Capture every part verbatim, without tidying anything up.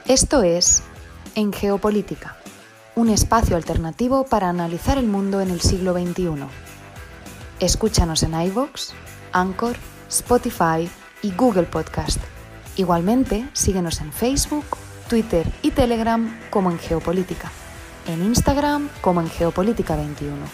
Esto es En Geopolítica, un espacio alternativo para analizar el mundo en el siglo veintiuno. Escúchanos en iVoox, Anchor, Spotify y Google Podcast. Igualmente, síguenos en Facebook, Twitter y Telegram como En Geopolítica, en Instagram como En Geopolítica veintiuno.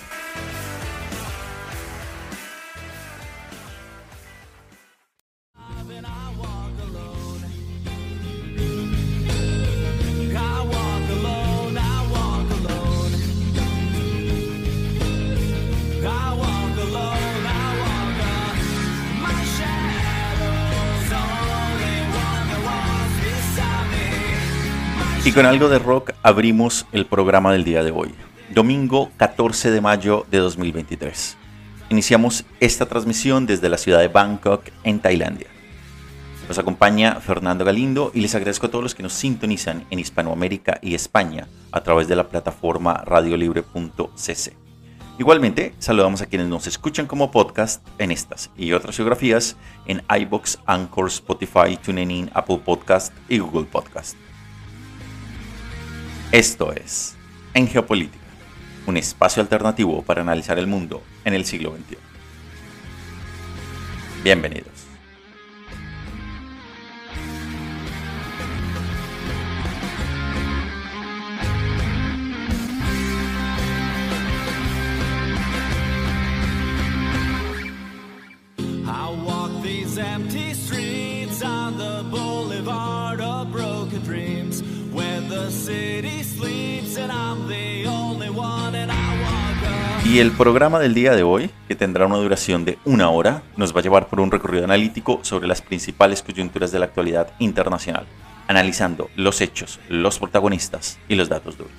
Y con algo de rock abrimos el programa del día de hoy, domingo catorce de mayo de dos mil veintitrés. Iniciamos esta transmisión desde la ciudad de Bangkok, en Tailandia. Nos acompaña Fernando Galindo y les agradezco a todos los que nos sintonizan en Hispanoamérica y España a través de la plataforma radiolibre punto c c. Igualmente, saludamos a quienes nos escuchan como podcast en estas y otras geografías en iVoox, Anchor, Spotify, TuneIn, Apple Podcast y Google Podcast. Esto es En Geopolítica, un espacio alternativo para analizar el mundo en el siglo veintiuno. Bienvenidos. I walk these empty streets on the boulevard of broken dreams, where the city sleeps and I'm the only one and I walk up. Y el programa del día de hoy, que tendrá una duración de una hora, nos va a llevar por un recorrido analítico sobre las principales coyunturas de la actualidad internacional, analizando los hechos, los protagonistas y los datos duros.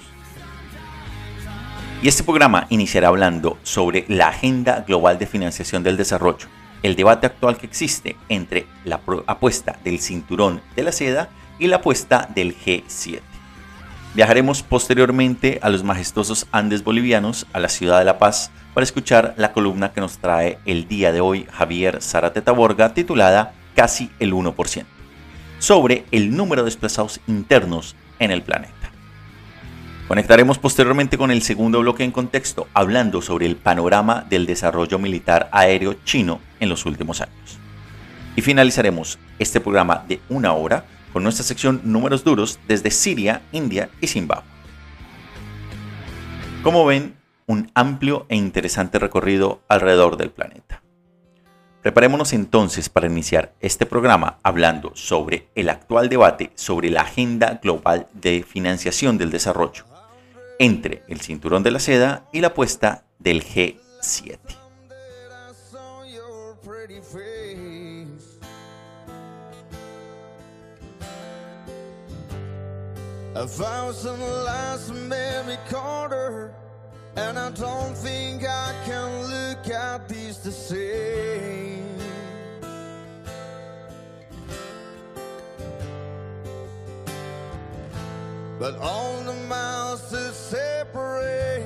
Y este programa iniciará hablando sobre la Agenda Global de Financiación del Desarrollo, el debate actual que existe entre la apuesta del cinturón de la seda y la apuesta del G siete. Viajaremos posteriormente a los majestuosos Andes bolivianos, a la ciudad de La Paz, para escuchar la columna que nos trae el día de hoy Javier Zárate Taborga, titulada Casi el uno por ciento, sobre el número de desplazados internos en el planeta. Conectaremos posteriormente con el segundo bloque en contexto, hablando sobre el panorama del desarrollo militar aéreo chino en los últimos años. Y finalizaremos este programa de una hora con nuestra sección Números Duros desde Siria, India y Zimbabue. Como ven, un amplio e interesante recorrido alrededor del planeta. Preparémonos entonces para iniciar este programa hablando sobre el actual debate sobre la Agenda Global de Financiación del Desarrollo entre el cinturón de la seda y la apuesta del G siete. A thousand lies made me colder, and I don't think I can look at these the same. But all the miles that separate,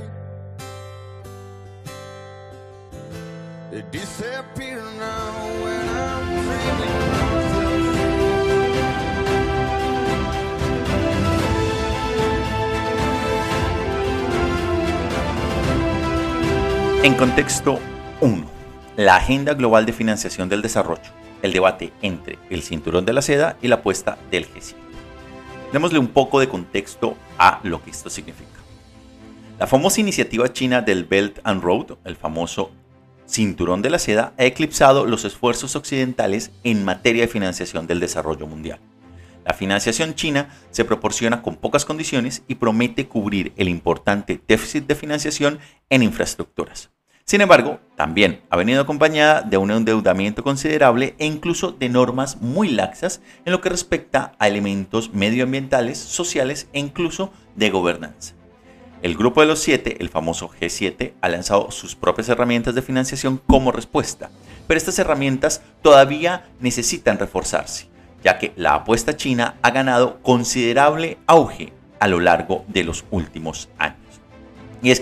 they disappear now when I'm dreaming of them. En contexto uno. La Agenda Global de Financiación del Desarrollo. El debate entre el cinturón de la seda y la apuesta del G siete. Démosle un poco de contexto a lo que esto significa. La famosa iniciativa china del Belt and Road, el famoso cinturón de la seda, ha eclipsado los esfuerzos occidentales en materia de financiación del desarrollo mundial. La financiación china se proporciona con pocas condiciones y promete cubrir el importante déficit de financiación en infraestructuras. Sin embargo, también ha venido acompañada de un endeudamiento considerable e incluso de normas muy laxas en lo que respecta a elementos medioambientales, sociales e incluso de gobernanza. El Grupo de los Siete, el famoso G siete, ha lanzado sus propias herramientas de financiación como respuesta, pero estas herramientas todavía necesitan reforzarse, ya que la apuesta china ha ganado considerable auge a lo largo de los últimos años. Y es que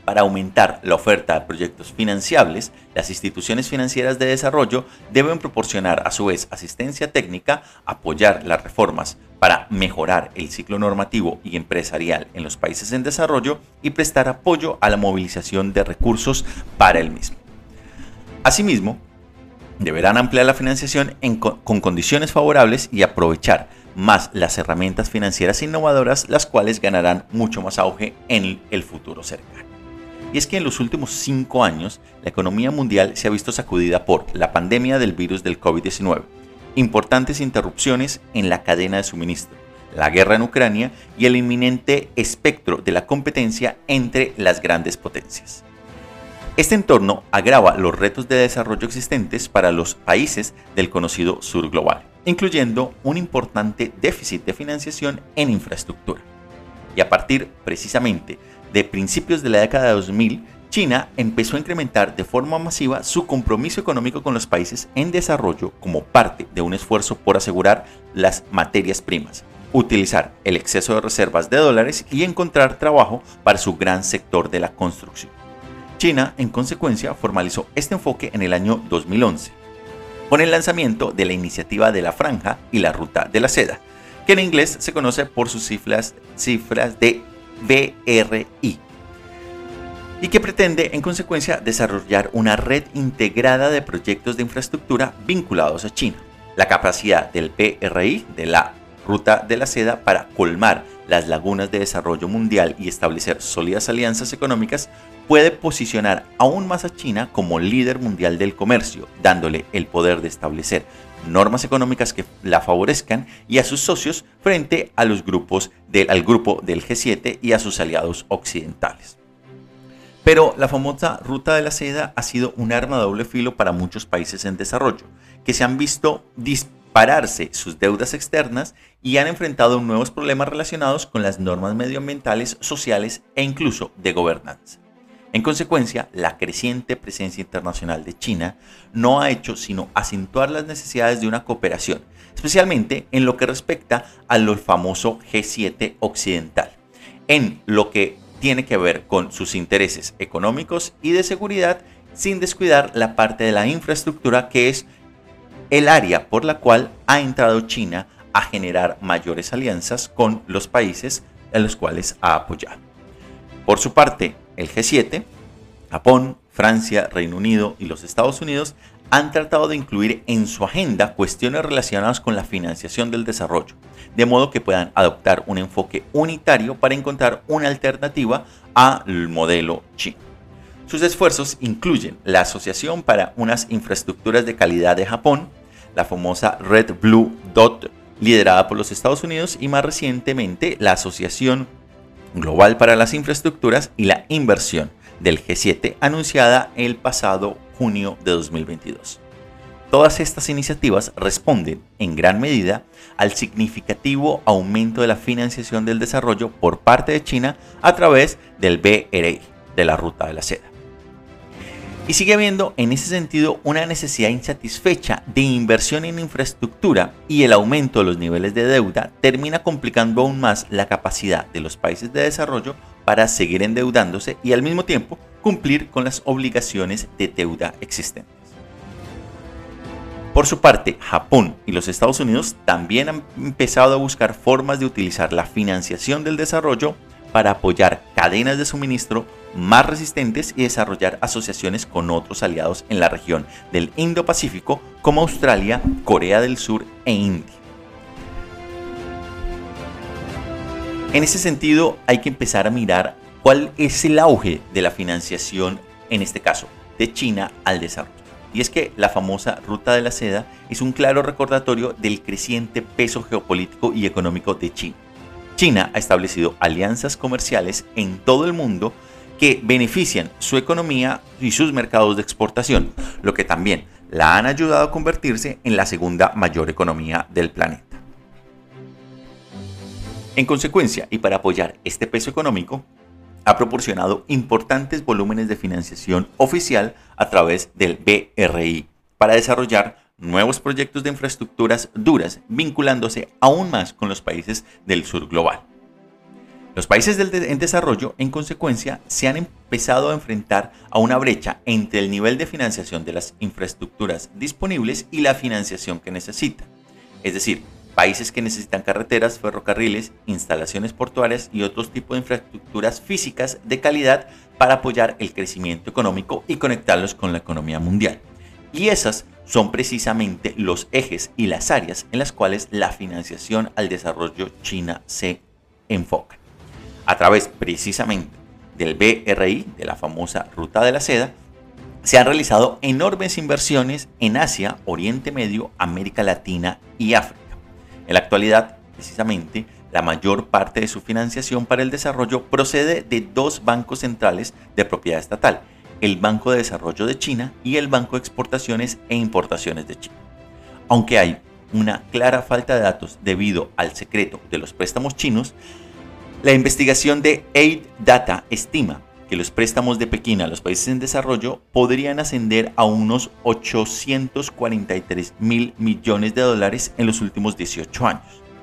Para aumentar la oferta de proyectos financiables, las instituciones financieras de desarrollo deben proporcionar a su vez asistencia técnica, apoyar las reformas para mejorar el ciclo normativo y empresarial en los países en desarrollo y prestar apoyo a la movilización de recursos para el mismo. Asimismo, deberán ampliar la financiación en, con condiciones favorables y aprovechar más las herramientas financieras innovadoras, las cuales ganarán mucho más auge en el futuro cercano. Y es que en los últimos cinco años, la economía mundial se ha visto sacudida por la pandemia del virus del COVID diecinueve, importantes interrupciones en la cadena de suministro, la guerra en Ucrania y el inminente espectro de la competencia entre las grandes potencias. Este entorno agrava los retos de desarrollo existentes para los países del conocido sur global, incluyendo un importante déficit de financiación en infraestructura. Y a partir precisamente de principios de la década de dos mil, China empezó a incrementar de forma masiva su compromiso económico con los países en desarrollo como parte de un esfuerzo por asegurar las materias primas, utilizar el exceso de reservas de dólares y encontrar trabajo para su gran sector de la construcción. China, en consecuencia, formalizó este enfoque en el año dos mil once, con el lanzamiento de la iniciativa de la Franja y la Ruta de la Seda, que en inglés se conoce por sus cifras, cifras de B R I, y que pretende en consecuencia desarrollar una red integrada de proyectos de infraestructura vinculados a China. La capacidad del B R I, de la Ruta de la Seda, para colmar las lagunas de desarrollo mundial y establecer sólidas alianzas económicas puede posicionar aún más a China como líder mundial del comercio, dándole el poder de establecer normas económicas que la favorezcan y a sus socios frente a los grupos del, al grupo del G siete y a sus aliados occidentales. Pero la famosa Ruta de la Seda ha sido un arma de doble filo para muchos países en desarrollo, que se han visto dispararse sus deudas externas y han enfrentado nuevos problemas relacionados con las normas medioambientales, sociales e incluso de gobernanza. En consecuencia, la creciente presencia internacional de China no ha hecho sino acentuar las necesidades de una cooperación, especialmente en lo que respecta al famoso G siete occidental, en lo que tiene que ver con sus intereses económicos y de seguridad, sin descuidar la parte de la infraestructura, que es el área por la cual ha entrado China a generar mayores alianzas con los países a los cuales ha apoyado. Por su parte, el G siete, Japón, Francia, Reino Unido y los Estados Unidos han tratado de incluir en su agenda cuestiones relacionadas con la financiación del desarrollo, de modo que puedan adoptar un enfoque unitario para encontrar una alternativa al modelo chino. Sus esfuerzos incluyen la Asociación para unas Infraestructuras de Calidad de Japón, la famosa Red Blue Dot liderada por los Estados Unidos y más recientemente la Asociación Global para las Infraestructuras y la Inversión del G siete, anunciada el pasado junio de dos mil veintidós. Todas estas iniciativas responden en gran medida al significativo aumento de la financiación del desarrollo por parte de China a través del B R I, de la Ruta de la Seda. Y sigue habiendo en ese sentido una necesidad insatisfecha de inversión en infraestructura, y el aumento de los niveles de deuda termina complicando aún más la capacidad de los países de desarrollo para seguir endeudándose y al mismo tiempo cumplir con las obligaciones de deuda existentes. Por su parte, Japón y los Estados Unidos también han empezado a buscar formas de utilizar la financiación del desarrollo para apoyar cadenas de suministro más resistentes y desarrollar asociaciones con otros aliados en la región del Indo-Pacífico como Australia, Corea del Sur e India. En ese sentido, hay que empezar a mirar cuál es el auge de la financiación, en este caso, de China al desarrollo. Y es que la famosa Ruta de la Seda es un claro recordatorio del creciente peso geopolítico y económico de China. China ha establecido alianzas comerciales en todo el mundo que benefician su economía y sus mercados de exportación, lo que también la han ayudado a convertirse en la segunda mayor economía del planeta. En consecuencia, y para apoyar este peso económico, ha proporcionado importantes volúmenes de financiación oficial a través del B R I para desarrollar nuevos proyectos de infraestructuras duras, vinculándose aún más con los países del sur global. Los países del de- en desarrollo, en consecuencia, se han empezado a enfrentar a una brecha entre el nivel de financiación de las infraestructuras disponibles y la financiación que necesitan. Es decir, países que necesitan carreteras, ferrocarriles, instalaciones portuarias y otros tipos de infraestructuras físicas de calidad para apoyar el crecimiento económico y conectarlos con la economía mundial. Y esas son precisamente los ejes y las áreas en las cuales la financiación al desarrollo china se enfoca. A través precisamente del B R I, de la famosa Ruta de la Seda, se han realizado enormes inversiones en Asia, Oriente Medio, América Latina y África. En la actualidad, precisamente, la mayor parte de su financiación para el desarrollo procede de dos bancos centrales de propiedad estatal, el Banco de Desarrollo de China y el Banco de Exportaciones e Importaciones de China. Aunque hay una clara falta de datos debido al secreto de los préstamos chinos, la investigación de Aid Data estima que los préstamos de Pekín a los países en desarrollo podrían ascender a unos ochocientos cuarenta y tres mil millones de dólares en los últimos dieciocho años.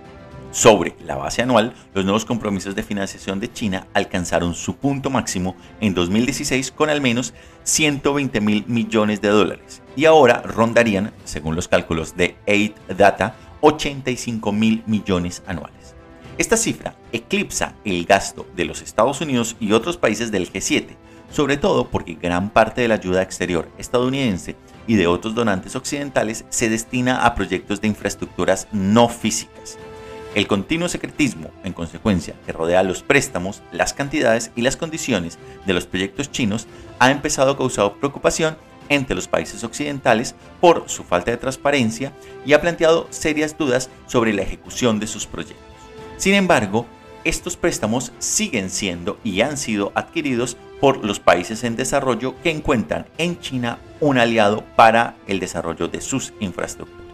Sobre la base anual, los nuevos compromisos de financiación de China alcanzaron su punto máximo en dos mil dieciséis con al menos ciento veinte mil millones de dólares y ahora rondarían, según los cálculos de Aid Data, ochenta y cinco mil millones anuales. Esta cifra eclipsa el gasto de los Estados Unidos y otros países del G siete, sobre todo porque gran parte de la ayuda exterior estadounidense y de otros donantes occidentales se destina a proyectos de infraestructuras no físicas. El continuo secretismo, en consecuencia, que rodea los préstamos, las cantidades y las condiciones de los proyectos chinos ha empezado a causar preocupación entre los países occidentales por su falta de transparencia y ha planteado serias dudas sobre la ejecución de sus proyectos. Sin embargo, estos préstamos siguen siendo y han sido adquiridos por los países en desarrollo que encuentran en China un aliado para el desarrollo de sus infraestructuras.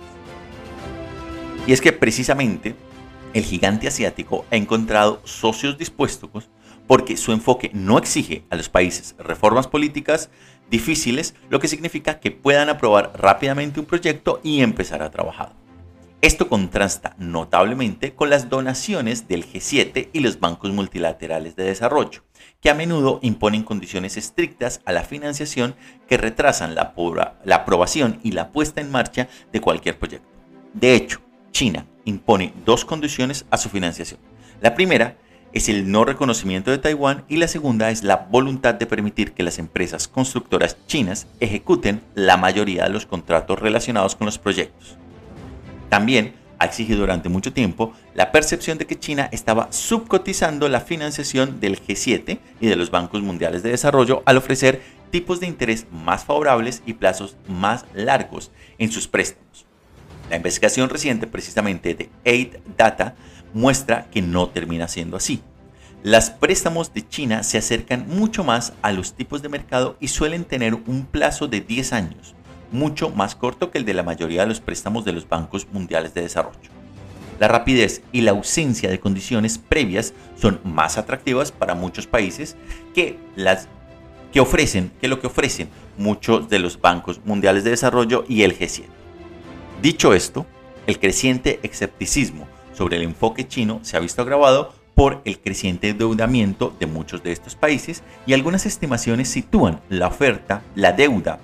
Y es que precisamente el gigante asiático ha encontrado socios dispuestos porque su enfoque no exige a los países reformas políticas difíciles, lo que significa que puedan aprobar rápidamente un proyecto y empezar a trabajar. Esto contrasta notablemente con las donaciones del G siete y los bancos multilaterales de desarrollo, que a menudo imponen condiciones estrictas a la financiación que retrasan la, la aprobación y la puesta en marcha de cualquier proyecto. De hecho, China impone dos condiciones a su financiación. La primera es el no reconocimiento de Taiwán y la segunda es la voluntad de permitir que las empresas constructoras chinas ejecuten la mayoría de los contratos relacionados con los proyectos. También ha exigido durante mucho tiempo la percepción de que China estaba subcotizando la financiación del G siete y de los bancos mundiales de desarrollo al ofrecer tipos de interés más favorables y plazos más largos en sus préstamos. La investigación reciente precisamente de Aid Data muestra que no termina siendo así. Los préstamos de China se acercan mucho más a los tipos de mercado y suelen tener un plazo de diez años. Mucho más corto que el de la mayoría de los préstamos de los bancos mundiales de desarrollo. La rapidez y la ausencia de condiciones previas son más atractivas para muchos países que, las, que, ofrecen, que lo que ofrecen muchos de los bancos mundiales de desarrollo y el G siete. Dicho esto, el creciente escepticismo sobre el enfoque chino se ha visto agravado por el creciente endeudamiento de muchos de estos países y algunas estimaciones sitúan la oferta, la deuda,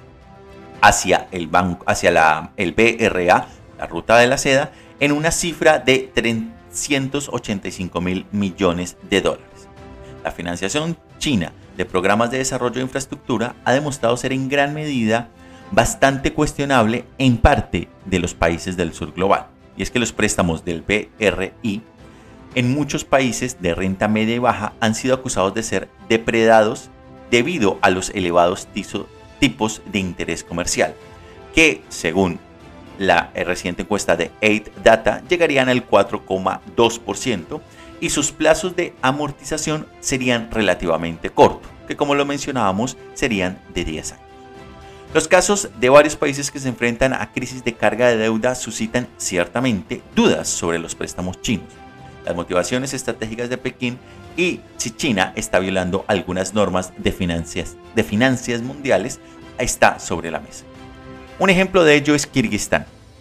hacia el banco, hacia la, el B R A, la Ruta de la Seda, en una cifra de trescientos ochenta y cinco mil millones de dólares. La financiación china de programas de desarrollo de infraestructura ha demostrado ser en gran medida bastante cuestionable en parte de los países del sur global. Y es que los préstamos del B R I en muchos países de renta media y baja han sido acusados de ser depredados debido a los elevados tisos tipos de interés comercial, que según la reciente encuesta de Aid Data llegarían al cuatro coma dos por ciento y sus plazos de amortización serían relativamente cortos, que como lo mencionábamos serían de diez años. Los casos de varios países que se enfrentan a crisis de carga de deuda suscitan ciertamente dudas sobre los préstamos chinos, las motivaciones estratégicas de Pekín y si China está violando algunas normas de finanzas, de finanzas mundiales está sobre la mesa. Un ejemplo de ello es Kirguistán.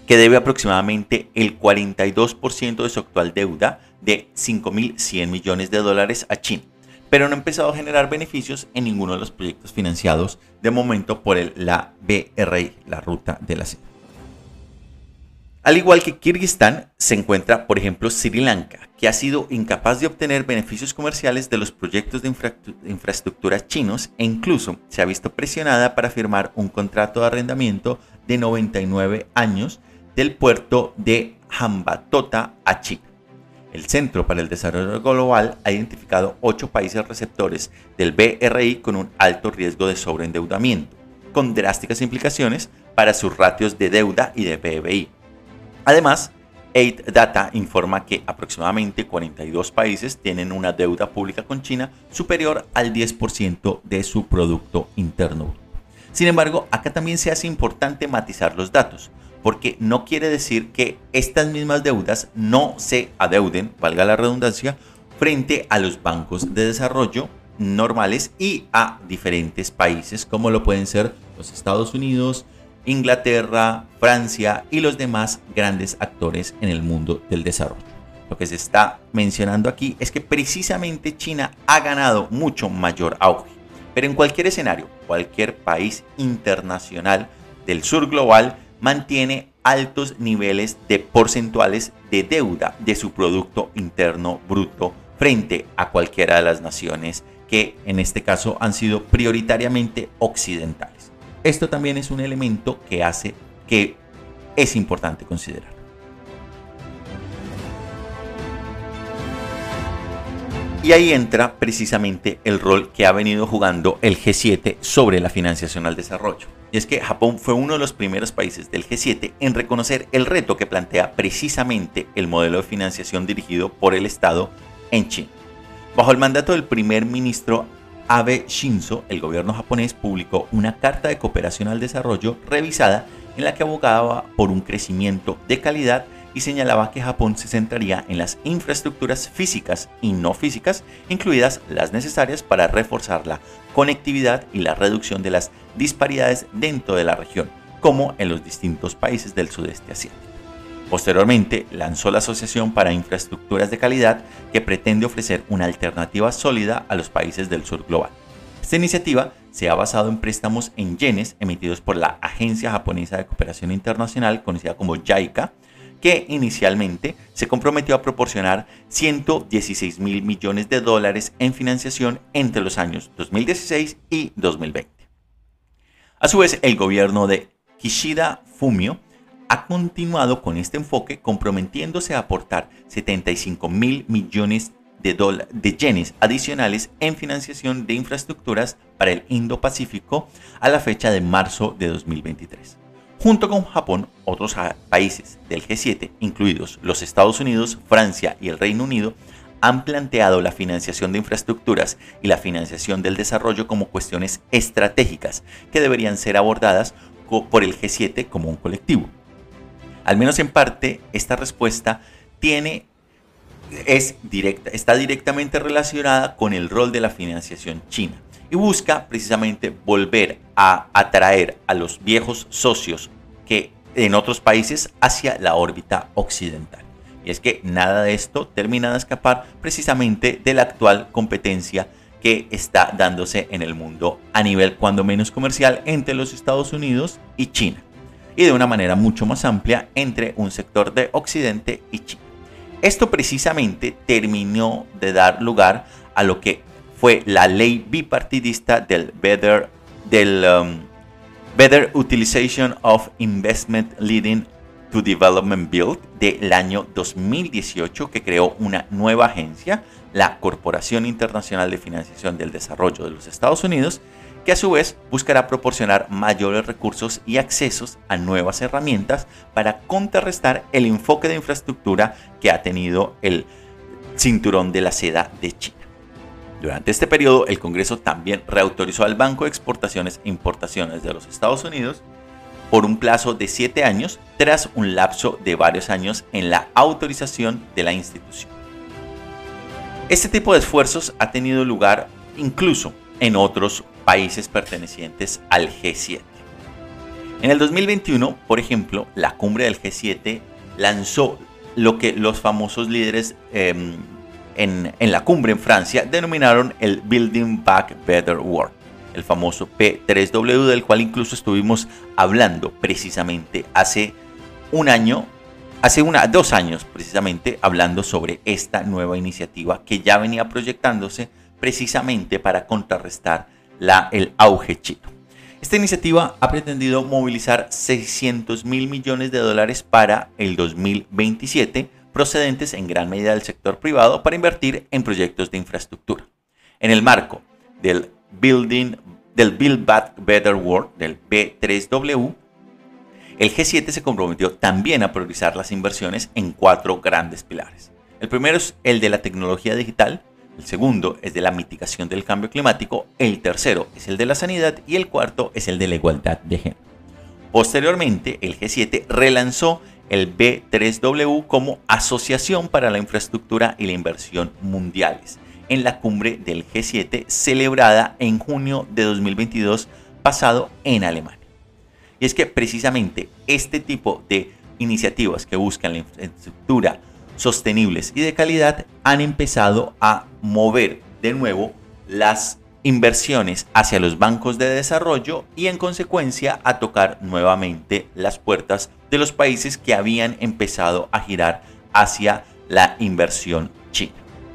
que debe aproximadamente el cuarenta y dos por ciento de su actual deuda de cinco mil cien millones de dólares a China, pero no ha empezado a generar beneficios en ninguno de los proyectos financiados de momento por el, la B R I, la Ruta de la Seda. Al igual que Kirguistán, se encuentra, por ejemplo, Sri Lanka, que ha sido incapaz de obtener beneficios comerciales de los proyectos de infra infraestructura chinos e incluso se ha visto presionada para firmar un contrato de arrendamiento de noventa y nueve años del puerto de Hambantota a China. El Centro para el Desarrollo Global ha identificado ocho países receptores del B R I con un alto riesgo de sobreendeudamiento, con drásticas implicaciones para sus ratios de deuda y de P B I. Además, Eight Data informa que aproximadamente cuarenta y dos países tienen una deuda pública con China superior al diez por ciento de su Producto Interno Bruto. Sin embargo, acá también se hace importante matizar los datos, porque no quiere decir que estas mismas deudas no se adeuden, valga la redundancia, frente a los bancos de desarrollo normales y a diferentes países como lo pueden ser los Estados Unidos, Inglaterra, Francia y los demás grandes actores en el mundo del desarrollo. Lo que se está mencionando aquí es que precisamente China ha ganado mucho mayor auge, pero en cualquier escenario, cualquier país internacional del sur global mantiene altos niveles de porcentuales de deuda de su Producto Interno Bruto frente a cualquiera de las naciones que en este caso han sido prioritariamente occidentales. Esto también es un elemento que hace que es importante considerar. Y ahí entra precisamente el rol que ha venido jugando el G siete sobre la financiación al desarrollo. Y es que Japón fue uno de los primeros países del G siete en reconocer el reto que plantea precisamente el modelo de financiación dirigido por el Estado en China. Bajo el mandato del primer ministro Abe Shinzo, el gobierno japonés publicó una carta de cooperación al desarrollo revisada en la que abogaba por un crecimiento de calidad y señalaba que Japón se centraría en las infraestructuras físicas y no físicas, incluidas las necesarias para reforzar la conectividad y la reducción de las disparidades dentro de la región, como en los distintos países del sudeste asiático. Posteriormente, lanzó la Asociación para Infraestructuras de Calidad, que pretende ofrecer una alternativa sólida a los países del sur global. Esta iniciativa se ha basado en préstamos en yenes emitidos por la Agencia Japonesa de Cooperación Internacional, conocida como JICA, que inicialmente se comprometió a proporcionar ciento dieciséis mil millones de dólares en financiación entre los años dos mil dieciséis y dos mil veinte. A su vez, el gobierno de Kishida Fumio ha continuado con este enfoque, comprometiéndose a aportar setenta y cinco mil millones de, de yenes adicionales en financiación de infraestructuras para el Indo-Pacífico a la fecha de marzo de dos mil veintitrés. Junto con Japón, otros países del G siete, incluidos los Estados Unidos, Francia y el Reino Unido, han planteado la financiación de infraestructuras y la financiación del desarrollo como cuestiones estratégicas que deberían ser abordadas por el G siete como un colectivo. Al menos en parte, esta respuesta tiene, es directa, está directamente relacionada con el rol de la financiación china y busca precisamente volver a atraer a los viejos socios que en otros países hacia la órbita occidental. Y es que nada de esto termina de escapar precisamente de la actual competencia que está dándose en el mundo a nivel cuando menos comercial entre los Estados Unidos y China, y de una manera mucho más amplia entre un sector de Occidente y China. Esto precisamente terminó de dar lugar a lo que fue la ley bipartidista del Better, del, um, Better Utilization of Investment Leading to Development Bill del año dos mil dieciocho, que creó una nueva agencia, la Corporación Internacional de Financiación del Desarrollo de los Estados Unidos, que a su vez buscará proporcionar mayores recursos y accesos a nuevas herramientas para contrarrestar el enfoque de infraestructura que ha tenido el cinturón de la seda de China. Durante este periodo, el Congreso también reautorizó al Banco de Exportaciones e Importaciones de los Estados Unidos por un plazo de siete años, tras un lapso de varios años en la autorización de la institución. Este tipo de esfuerzos ha tenido lugar incluso en otros países pertenecientes al G siete. En el dos mil veintiuno, por ejemplo, la cumbre del G siete lanzó lo que los famosos líderes eh, en, en la cumbre en Francia denominaron el Building Back Better World, el famoso P tres W, del cual incluso estuvimos hablando precisamente hace un año, hace una, dos años precisamente, hablando sobre esta nueva iniciativa que ya venía proyectándose precisamente para contrarrestar la, el auge chino. Esta iniciativa ha pretendido movilizar seiscientos mil millones de dólares para el dos mil veintisiete, procedentes en gran medida del sector privado para invertir en proyectos de infraestructura. En el marco del Building, del Build Back Better World, del B tres W, el G siete se comprometió también a priorizar las inversiones en cuatro grandes pilares. El primero es el de la tecnología digital, el segundo es de la mitigación del cambio climático, el tercero es el de la sanidad y el cuarto es el de la igualdad de género. Posteriormente, el G siete relanzó el B tres W como Asociación para la Infraestructura y la Inversión Mundiales en la cumbre del G siete celebrada en junio de dos mil veintidós pasado en Alemania. Y es que precisamente este tipo de iniciativas que buscan la infraestructura sostenibles y de calidad han empezado a mover de nuevo las inversiones hacia los bancos de desarrollo y en consecuencia a tocar nuevamente las puertas de los países que habían empezado a girar hacia la inversión china.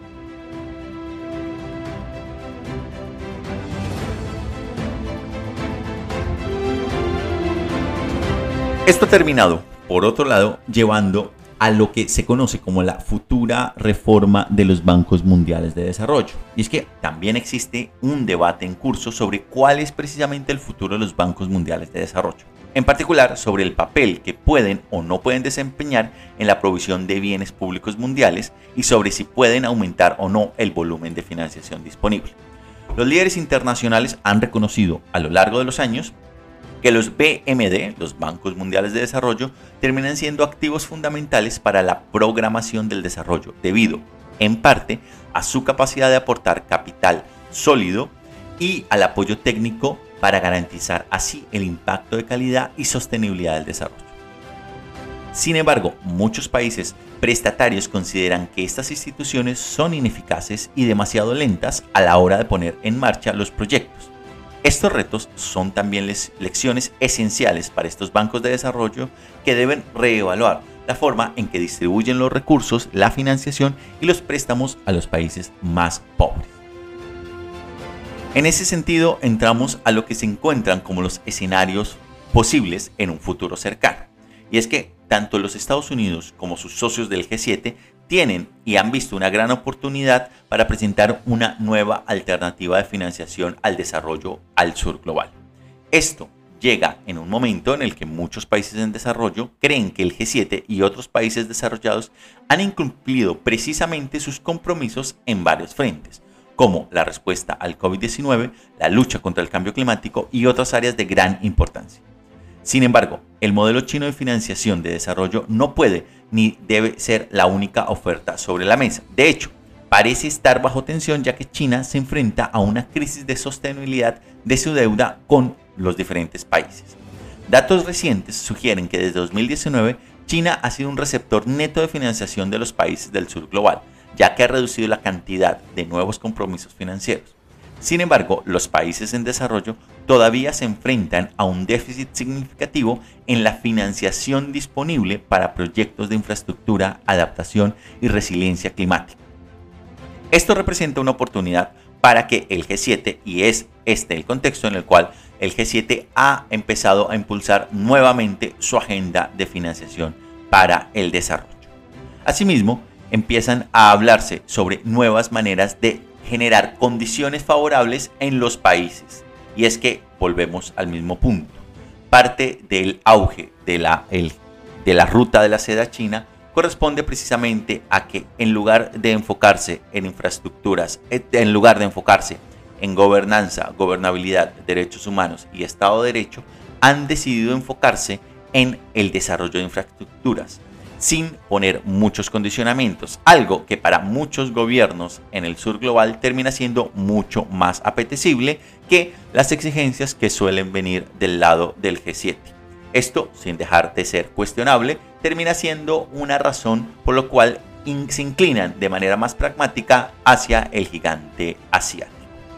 Esto ha terminado, por otro lado, llevando a lo que se conoce como la futura reforma de los bancos mundiales de desarrollo. Y es que también existe un debate en curso sobre cuál es precisamente el futuro de los bancos mundiales de desarrollo. En particular, sobre el papel que pueden o no pueden desempeñar en la provisión de bienes públicos mundiales y sobre si pueden aumentar o no el volumen de financiación disponible. Los líderes internacionales han reconocido a lo largo de los años que los B M D, los Bancos Mundiales de Desarrollo, terminan siendo activos fundamentales para la programación del desarrollo, debido, en parte, a su capacidad de aportar capital sólido y al apoyo técnico para garantizar así el impacto de calidad y sostenibilidad del desarrollo. Sin embargo, muchos países prestatarios consideran que estas instituciones son ineficaces y demasiado lentas a la hora de poner en marcha los proyectos. Estos retos son también lecciones esenciales para estos bancos de desarrollo que deben reevaluar la forma en que distribuyen los recursos, la financiación y los préstamos a los países más pobres. En ese sentido, entramos a lo que se encuentran como los escenarios posibles en un futuro cercano. Y es que tanto los Estados Unidos como sus socios del G siete tienen y han visto una gran oportunidad para presentar una nueva alternativa de financiación al desarrollo al sur global. Esto llega en un momento en el que muchos países en desarrollo creen que el G siete y otros países desarrollados han incumplido precisamente sus compromisos en varios frentes, como la respuesta al COVID diecinueve, la lucha contra el cambio climático y otras áreas de gran importancia. Sin embargo, el modelo chino de financiación de desarrollo no puede ni debe ser la única oferta sobre la mesa. De hecho, parece estar bajo tensión ya que China se enfrenta a una crisis de sostenibilidad de su deuda con los diferentes países. Datos recientes sugieren que desde dos mil diecinueve China ha sido un receptor neto de financiación de los países del sur global, ya que ha reducido la cantidad de nuevos compromisos financieros. Sin embargo, los países en desarrollo todavía se enfrentan a un déficit significativo en la financiación disponible para proyectos de infraestructura, adaptación y resiliencia climática. Esto representa una oportunidad para que el G siete, y es este el contexto en el cual el G siete ha empezado a impulsar nuevamente su agenda de financiación para el desarrollo. Asimismo, empiezan a hablarse sobre nuevas maneras de generar condiciones favorables en los países. Y es que volvemos al mismo punto. Parte del auge de la, el, de la ruta de la seda china corresponde precisamente a que en lugar de enfocarse en infraestructuras, en lugar de enfocarse en gobernanza, gobernabilidad, derechos humanos y Estado de Derecho, han decidido enfocarse en el desarrollo de infraestructuras, sin poner muchos condicionamientos, algo que para muchos gobiernos en el sur global termina siendo mucho más apetecible que las exigencias que suelen venir del lado del G siete. Esto, sin dejar de ser cuestionable, termina siendo una razón por la cual in- se inclinan de manera más pragmática hacia el gigante asiático.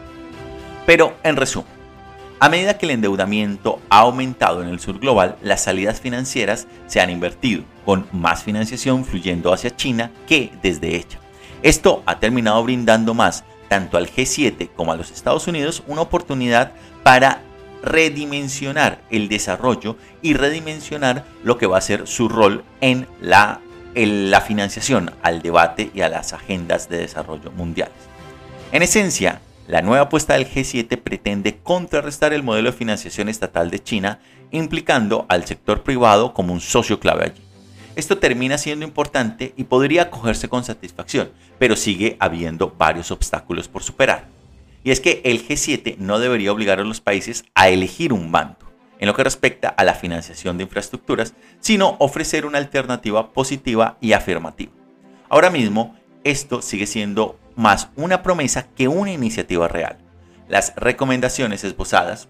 Pero, en resumen, a medida que el endeudamiento ha aumentado en el sur global, las salidas financieras se han invertido, con más financiación fluyendo hacia China que desde ella. Esto ha terminado brindando más tanto al G siete como a los Estados Unidos una oportunidad para redimensionar el desarrollo y redimensionar lo que va a ser su rol en la, en la financiación al debate y a las agendas de desarrollo mundiales. En esencia, la nueva apuesta del G siete pretende contrarrestar el modelo de financiación estatal de China, implicando al sector privado como un socio clave allí. Esto termina siendo importante y podría acogerse con satisfacción, pero sigue habiendo varios obstáculos por superar. Y es que el G siete no debería obligar a los países a elegir un bando en lo que respecta a la financiación de infraestructuras, sino ofrecer una alternativa positiva y afirmativa. Ahora mismo, esto sigue siendo más una promesa que una iniciativa real. Las recomendaciones esbozadas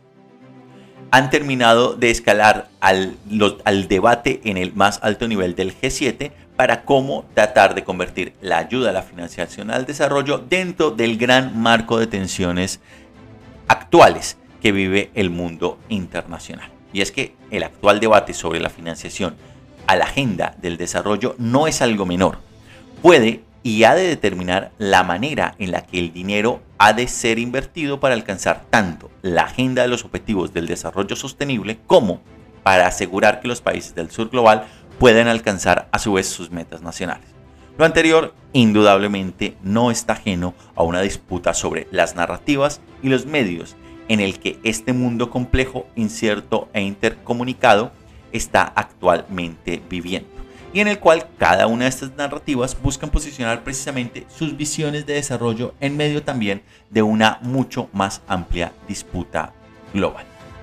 han terminado de escalar al, lo, al debate en el más alto nivel del G siete para cómo tratar de convertir la ayuda a la financiación al desarrollo dentro del gran marco de tensiones actuales que vive el mundo internacional. Y es que el actual debate sobre la financiación a la agenda del desarrollo no es algo menor. Puede y ha de determinar la manera en la que el dinero ha de ser invertido para alcanzar tanto la agenda de los objetivos del desarrollo sostenible como para asegurar que los países del sur global puedan alcanzar a su vez sus metas nacionales. Lo anterior, indudablemente, no está ajeno a una disputa sobre las narrativas y los medios en el que este mundo complejo, incierto e intercomunicado está actualmente viviendo, y en el cual cada una de estas narrativas buscan posicionar precisamente sus visiones de desarrollo en medio también de una mucho más amplia disputa global.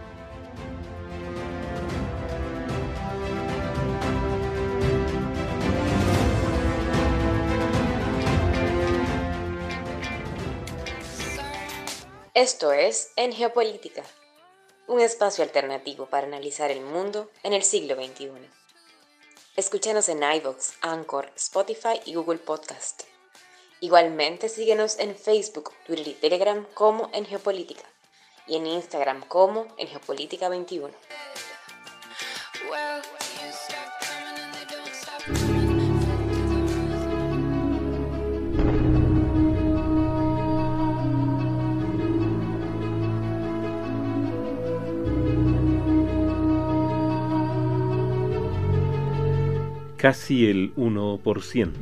Esto es En Geopolítica, un espacio alternativo para analizar el mundo en el siglo veintiuno. Escúchanos en iVoox, Anchor, Spotify y Google Podcast. Igualmente síguenos en Facebook, Twitter y Telegram como En Geopolítica y en Instagram como En Geopolítica veintiuno. Casi el uno por ciento.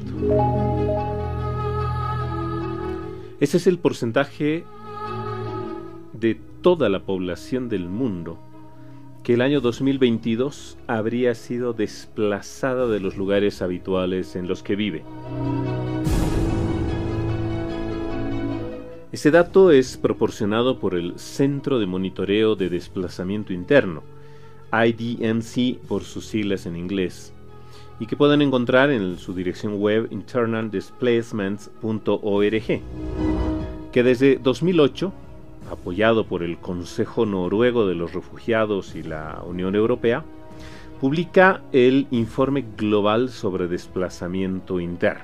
Ese es el porcentaje de toda la población del mundo que el año dos mil veintidós habría sido desplazada de los lugares habituales en los que vive. Ese dato es proporcionado por el Centro de Monitoreo de Desplazamiento Interno, I D M C por sus siglas en inglés, y que pueden encontrar en su dirección web internal displacements punto org, que desde dos mil ocho, apoyado por el Consejo Noruego de los Refugiados y la Unión Europea, publica el Informe Global sobre Desplazamiento Interno.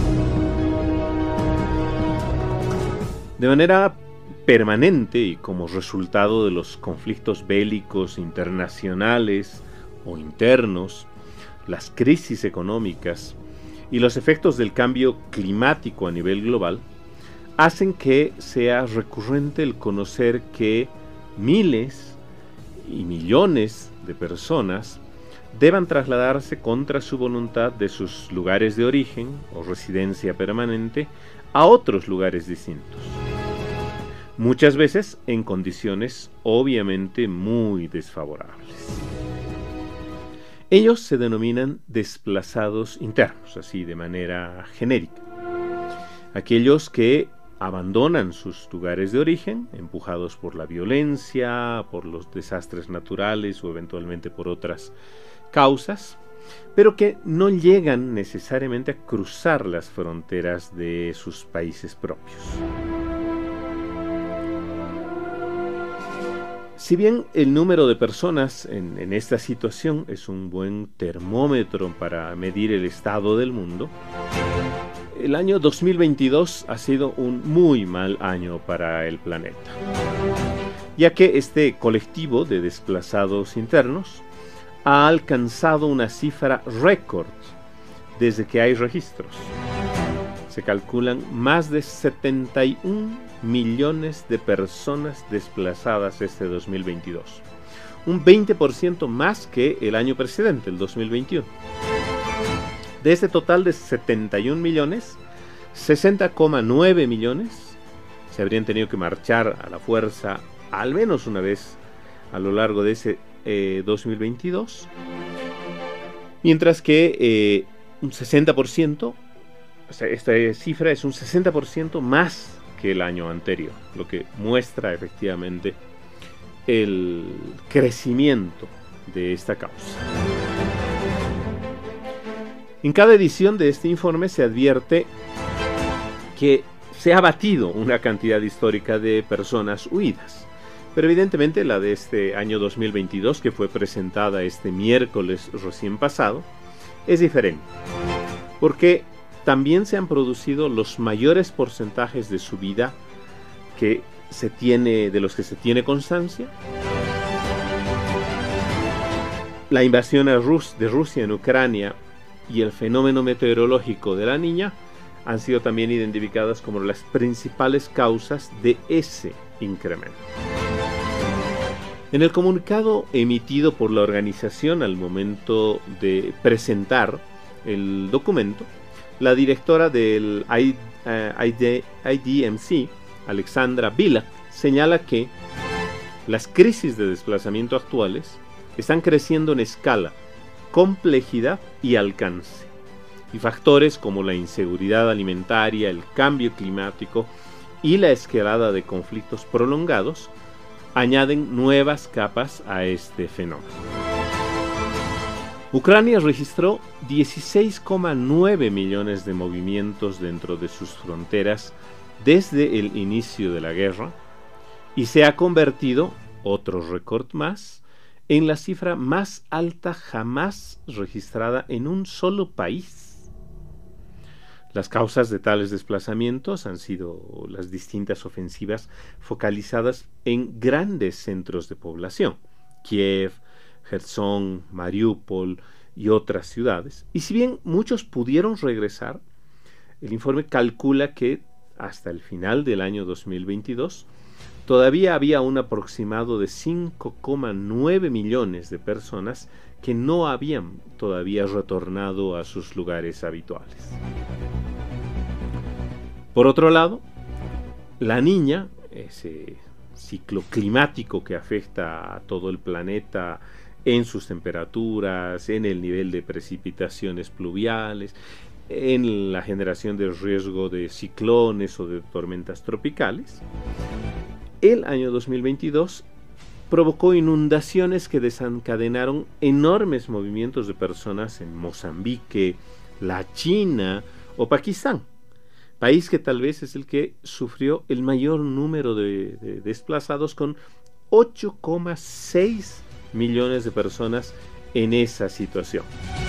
De manera permanente y como resultado de los conflictos bélicos internacionales o internos, las crisis económicas y los efectos del cambio climático a nivel global hacen que sea recurrente el conocer que miles y millones de personas deban trasladarse contra su voluntad de sus lugares de origen o residencia permanente a otros lugares distintos, muchas veces en condiciones obviamente muy desfavorables. Ellos se denominan desplazados internos, así de manera genérica. Aquellos que abandonan sus lugares de origen, empujados por la violencia, por los desastres naturales o eventualmente por otras causas, pero que no llegan necesariamente a cruzar las fronteras de sus países propios. Si bien el número de personas en, en esta situación es un buen termómetro para medir el estado del mundo, el año dos mil veintidós ha sido un muy mal año para el planeta, ya que este colectivo de desplazados internos ha alcanzado una cifra récord desde que hay registros. Se calculan más de setenta y un millones de personas desplazadas este dos mil veintidós, un veinte por ciento más que el año precedente, el dos mil veintiuno. De este total de setenta y un millones, sesenta coma nueve millones se habrían tenido que marchar a la fuerza al menos una vez a lo largo de ese eh, dos mil veintidós, mientras que eh, un sesenta por ciento, o sea, esta cifra es un sesenta por ciento más que el año anterior, lo que muestra efectivamente el crecimiento de esta causa. En cada edición de este informe se advierte que se ha batido una cantidad histórica de personas huidas, pero evidentemente la de este año dos mil veintidós, que fue presentada este miércoles recién pasado, es diferente, porque también se han producido los mayores porcentajes de subida que se tiene, de los que se tiene constancia. La invasión a Rus, de Rusia en Ucrania y el fenómeno meteorológico de la Niña han sido también identificadas como las principales causas de ese incremento. En el comunicado emitido por la organización al momento de presentar el documento, la directora del I D M C, Alexandra Vila, señala que las crisis de desplazamiento actuales están creciendo en escala, complejidad y alcance, y factores como la inseguridad alimentaria, el cambio climático y la escalada de conflictos prolongados añaden nuevas capas a este fenómeno. Ucrania registró dieciséis coma nueve millones de movimientos dentro de sus fronteras desde el inicio de la guerra y se ha convertido, otro récord más, en la cifra más alta jamás registrada en un solo país. Las causas de tales desplazamientos han sido las distintas ofensivas focalizadas en grandes centros de población, Kiev, Gerson, Mariupol y otras ciudades. Y si bien muchos pudieron regresar, el informe calcula que hasta el final del año dos mil veintidós todavía había un aproximado de cinco coma nueve millones de personas que no habían todavía retornado a sus lugares habituales. Por otro lado, la Niña, ese ciclo climático que afecta a todo el planeta en sus temperaturas, en el nivel de precipitaciones pluviales, en la generación de riesgo de ciclones o de tormentas tropicales, el año dos mil veintidós provocó inundaciones que desencadenaron enormes movimientos de personas en Mozambique, la China o Pakistán, país que tal vez es el que sufrió el mayor número de, de desplazados, con ocho coma seis millones de personas en esa situación.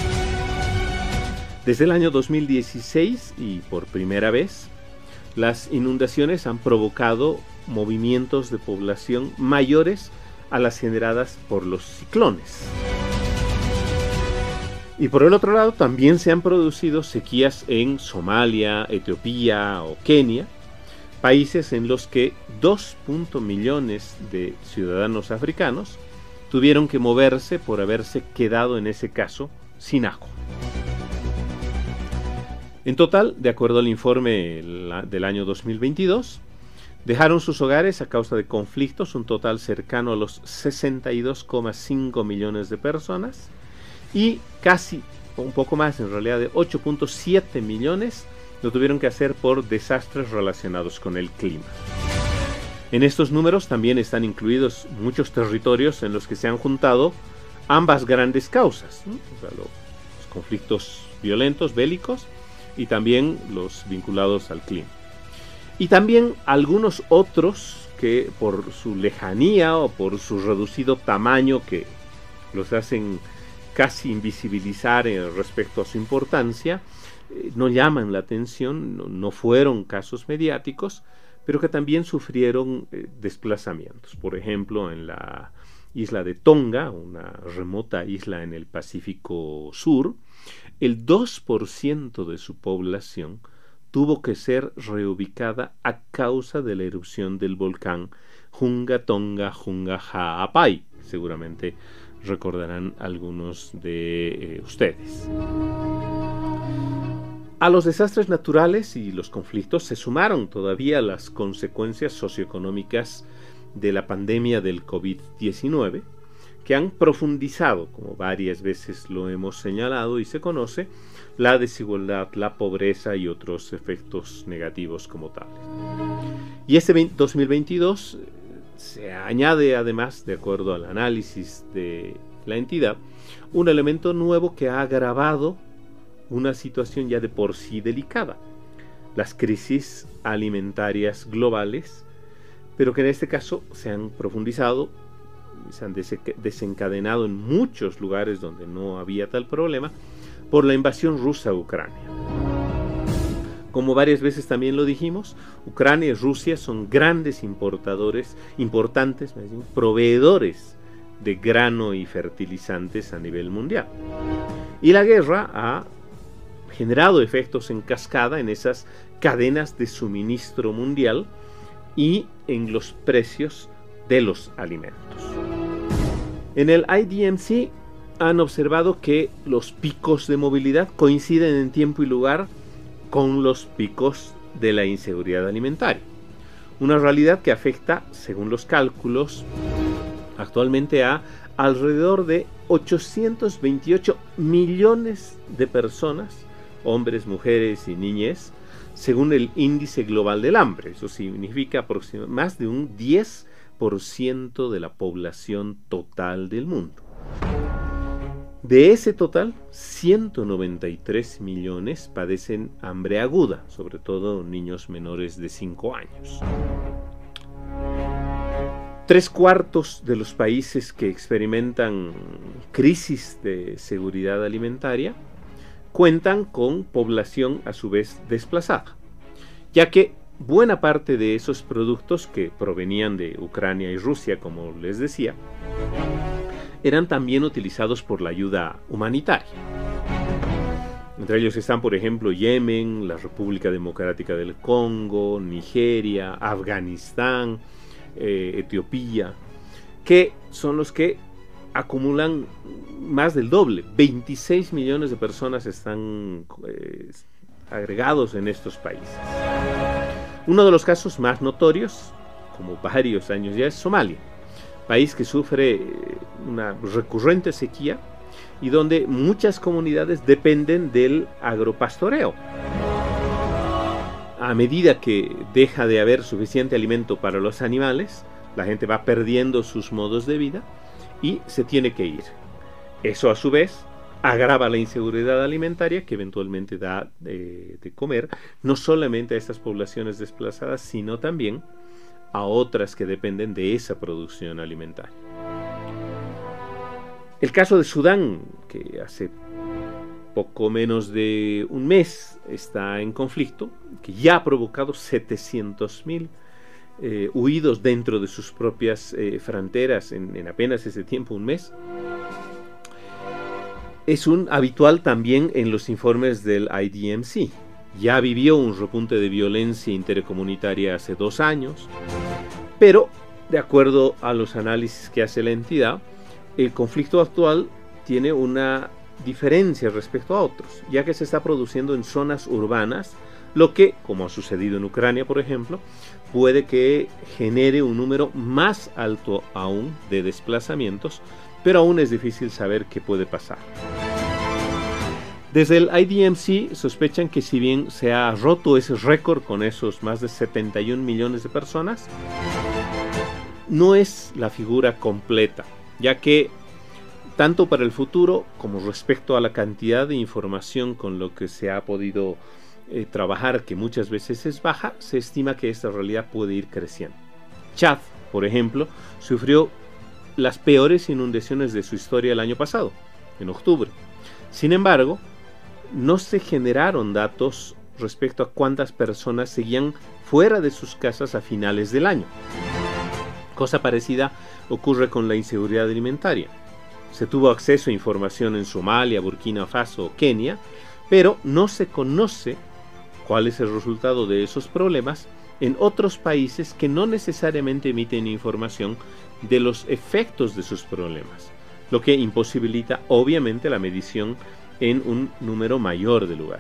Desde el año dos mil dieciséis y por primera vez, las inundaciones han provocado movimientos de población mayores a las generadas por los ciclones. Y por el otro lado, también se han producido sequías en Somalia, Etiopía o Kenia, países en los que dos millones de ciudadanos africanos tuvieron que moverse por haberse quedado en ese caso sin agua. En total, de acuerdo al informe del año dos mil veintidós, dejaron sus hogares a causa de conflictos un total cercano a los sesenta y dos coma cinco millones de personas y casi, un poco más en realidad, de ocho punto siete millones lo tuvieron que hacer por desastres relacionados con el clima. En estos números también están incluidos muchos territorios en los que se han juntado ambas grandes causas, ¿no? O sea, los conflictos violentos, bélicos, y también los vinculados al clima. Y también algunos otros que por su lejanía o por su reducido tamaño, que los hacen casi invisibilizar eh, respecto a su importancia, eh, no llaman la atención, no, no fueron casos mediáticos, pero que también sufrieron eh, desplazamientos. Por ejemplo, en la isla de Tonga, una remota isla en el Pacífico Sur, el dos por ciento de su población tuvo que ser reubicada a causa de la erupción del volcán Hunga Tonga Hunga Ha'apai. Seguramente recordarán algunos de eh, ustedes. A los desastres naturales y los conflictos se sumaron todavía las consecuencias socioeconómicas de la pandemia del COVID diecinueve, que han profundizado, como varias veces lo hemos señalado y se conoce, la desigualdad, la pobreza y otros efectos negativos como tales. Y este dos mil veintidós se añade además, de acuerdo al análisis de la entidad, un elemento nuevo que ha agravado una situación ya de por sí delicada: las crisis alimentarias globales, pero que en este caso se han profundizado, se han desencadenado en muchos lugares donde no había tal problema, por la invasión rusa a Ucrania. Como varias veces también lo dijimos, Ucrania y Rusia son grandes importadores, importantes, proveedores de grano y fertilizantes a nivel mundial. Y la guerra ha generado efectos en cascada en esas cadenas de suministro mundial y en los precios de los alimentos. En el I D M C han observado que los picos de movilidad coinciden en tiempo y lugar con los picos de la inseguridad alimentaria. Una realidad que afecta, según los cálculos, actualmente a alrededor de ochocientos veintiocho millones de personas, hombres, mujeres y niñez, según el índice global del hambre. Eso significa aproximadamente más de un diez por ciento de la población total del mundo. De ese total, ciento noventa y tres millones padecen hambre aguda, sobre todo niños menores de cinco años. Tres cuartos de los países que experimentan crisis de seguridad alimentaria cuentan con población a su vez desplazada, ya que buena parte de esos productos que provenían de Ucrania y Rusia, como les decía, eran también utilizados por la ayuda humanitaria. Entre ellos están, por ejemplo, Yemen, la República Democrática del Congo, Nigeria, Afganistán, eh, Etiopía, que son los que acumulan más del doble. veintiséis millones de personas están eh, agregados en estos países. Uno de los casos más notorios, como varios años ya, es Somalia, país que sufre una recurrente sequía y donde muchas comunidades dependen del agropastoreo. A medida que deja de haber suficiente alimento para los animales, la gente va perdiendo sus modos de vida y se tiene que ir. Eso a su vez agrava la inseguridad alimentaria que eventualmente da de, de comer no solamente a estas poblaciones desplazadas, sino también a otras que dependen de esa producción alimentaria. El caso de Sudán, que hace poco menos de un mes está en conflicto, que ya ha provocado setecientos mil eh, huidos dentro de sus propias eh, fronteras en, en apenas ese tiempo, un mes, es un habitual también en los informes del I D M C. Ya vivió un repunte de violencia intercomunitaria hace dos años, pero de acuerdo a los análisis que hace la entidad, el conflicto actual tiene una diferencia respecto a otros, ya que se está produciendo en zonas urbanas, lo que, como ha sucedido en Ucrania, por ejemplo, puede que genere un número más alto aún de desplazamientos, pero aún es difícil saber qué puede pasar. Desde el I D M C sospechan que si bien se ha roto ese récord con esos más de setenta y un millones de personas, no es la figura completa, ya que tanto para el futuro como respecto a la cantidad de información con lo que se ha podido eh, trabajar, que muchas veces es baja, se estima que esta realidad puede ir creciendo. Chad, por ejemplo, sufrió las peores inundaciones de su historia el año pasado, en octubre. Sin embargo, no se generaron datos respecto a cuántas personas seguían fuera de sus casas a finales del año. Cosa parecida ocurre con la inseguridad alimentaria. Se tuvo acceso a información en Somalia, Burkina Faso o Kenia, pero no se conoce cuál es el resultado de esos problemas en otros países que no necesariamente emiten información de los efectos de sus problemas, lo que imposibilita obviamente la medición en un número mayor de lugares.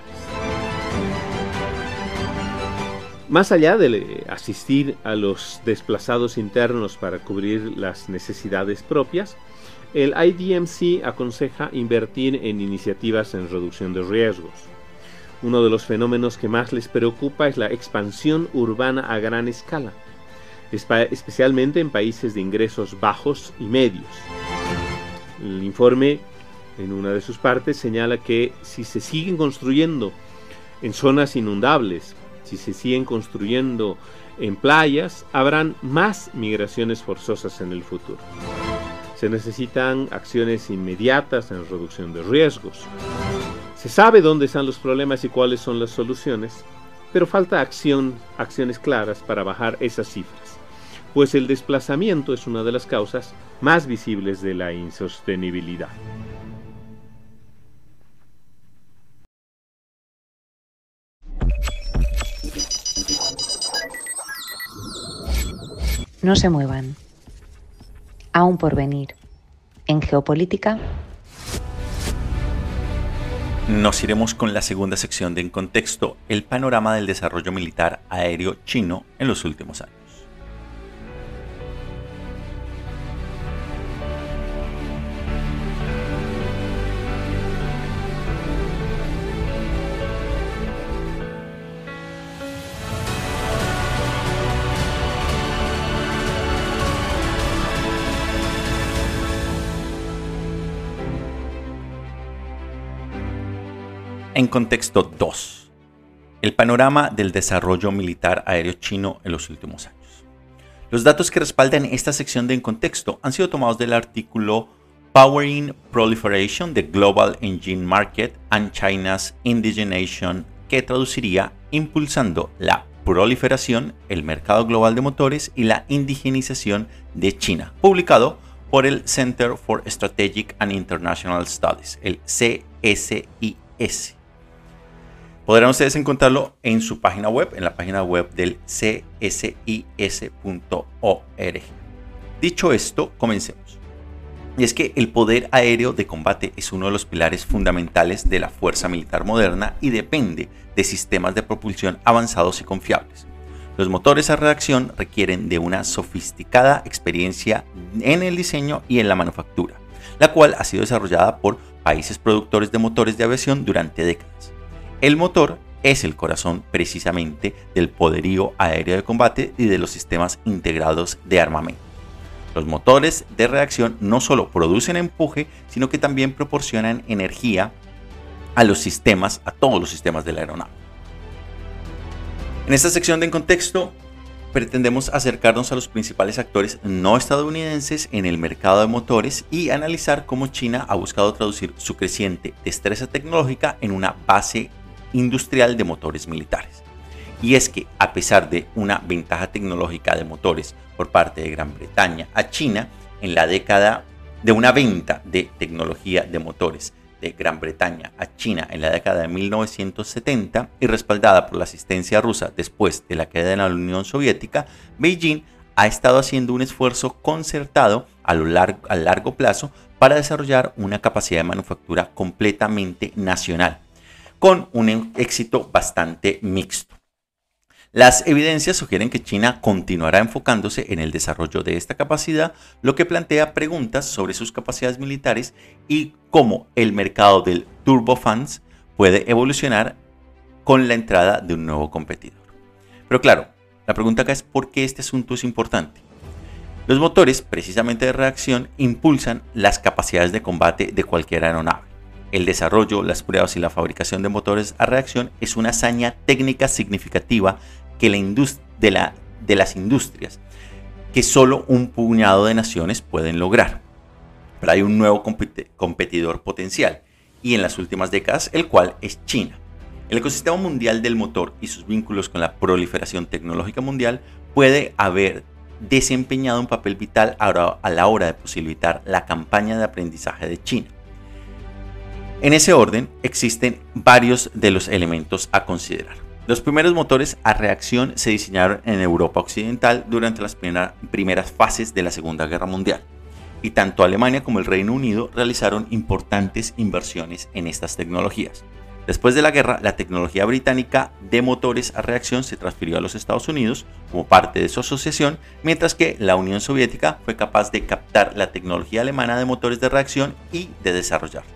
Más allá de asistir a los desplazados internos para cubrir las necesidades propias, el I D M C aconseja invertir en iniciativas en reducción de riesgos. Uno de los fenómenos que más les preocupa es la expansión urbana a gran escala, especialmente en países de ingresos bajos y medios. El informe, en una de sus partes, señala que si se siguen construyendo en zonas inundables, si se siguen construyendo en playas, habrán más migraciones forzosas en el futuro. Se necesitan acciones inmediatas en reducción de riesgos. Se sabe dónde están los problemas y cuáles son las soluciones, pero falta acción, acciones claras para bajar esas cifras, pues el desplazamiento es una de las causas más visibles de la insostenibilidad. No se muevan. Aún por venir. En Geopolítica. Nos iremos con la segunda sección de En Contexto, el panorama del desarrollo militar aéreo chino en los últimos años. En Contexto dos. El panorama del desarrollo militar aéreo chino en los últimos años. Los datos que respaldan esta sección de En Contexto han sido tomados del artículo Powering Proliferation: The Global Engine Market and China's Indigenation, que traduciría Impulsando la proliferación, el mercado global de motores y la indigenización de China, publicado por el Center for Strategic and International Studies, el C S I S. Podrán ustedes encontrarlo en su página web, en la página web del C S I S punto org. Dicho esto, comencemos. Y es que el poder aéreo de combate es uno de los pilares fundamentales de la fuerza militar moderna y depende de sistemas de propulsión avanzados y confiables. Los motores a reacción requieren de una sofisticada experiencia en el diseño y en la manufactura, la cual ha sido desarrollada por países productores de motores de aviación durante décadas. El motor es el corazón precisamente del poderío aéreo de combate y de los sistemas integrados de armamento. Los motores de reacción no solo producen empuje, sino que también proporcionan energía a los sistemas, a todos los sistemas de la aeronave. En esta sección de En Contexto pretendemos acercarnos a los principales actores no estadounidenses en el mercado de motores y analizar cómo China ha buscado traducir su creciente destreza tecnológica en una base industrial de motores militares. Y es que, a pesar de una ventaja tecnológica de motores por parte de Gran Bretaña a China, en la década de una venta de tecnología de motores de Gran Bretaña a China en la década de mil novecientos setenta y respaldada por la asistencia rusa después de la caída de la Unión Soviética, Beijing ha estado haciendo un esfuerzo concertado a lo largo, a largo plazo para desarrollar una capacidad de manufactura completamente nacional, con un éxito bastante mixto. Las evidencias sugieren que China continuará enfocándose en el desarrollo de esta capacidad, lo que plantea preguntas sobre sus capacidades militares y cómo el mercado del turbofans puede evolucionar con la entrada de un nuevo competidor. Pero claro, la pregunta acá es ¿por qué este asunto es importante? Los motores, precisamente de reacción, impulsan las capacidades de combate de cualquier aeronave. El desarrollo, las pruebas y la fabricación de motores a reacción es una hazaña técnica significativa que la indust- de, la, de las industrias que solo un puñado de naciones pueden lograr. Pero hay un nuevo compet- competidor potencial, y en las últimas décadas, el cual es China. El ecosistema mundial del motor y sus vínculos con la proliferación tecnológica mundial puede haber desempeñado un papel vital a la hora de posibilitar la campaña de aprendizaje de China. En ese orden, existen varios de los elementos a considerar. Los primeros motores a reacción se diseñaron en Europa Occidental durante las primera, primeras fases de la Segunda Guerra Mundial, y tanto Alemania como el Reino Unido realizaron importantes inversiones en estas tecnologías. Después de la guerra, la tecnología británica de motores a reacción se transfirió a los Estados Unidos como parte de su asociación, mientras que la Unión Soviética fue capaz de captar la tecnología alemana de motores de reacción y de desarrollarla.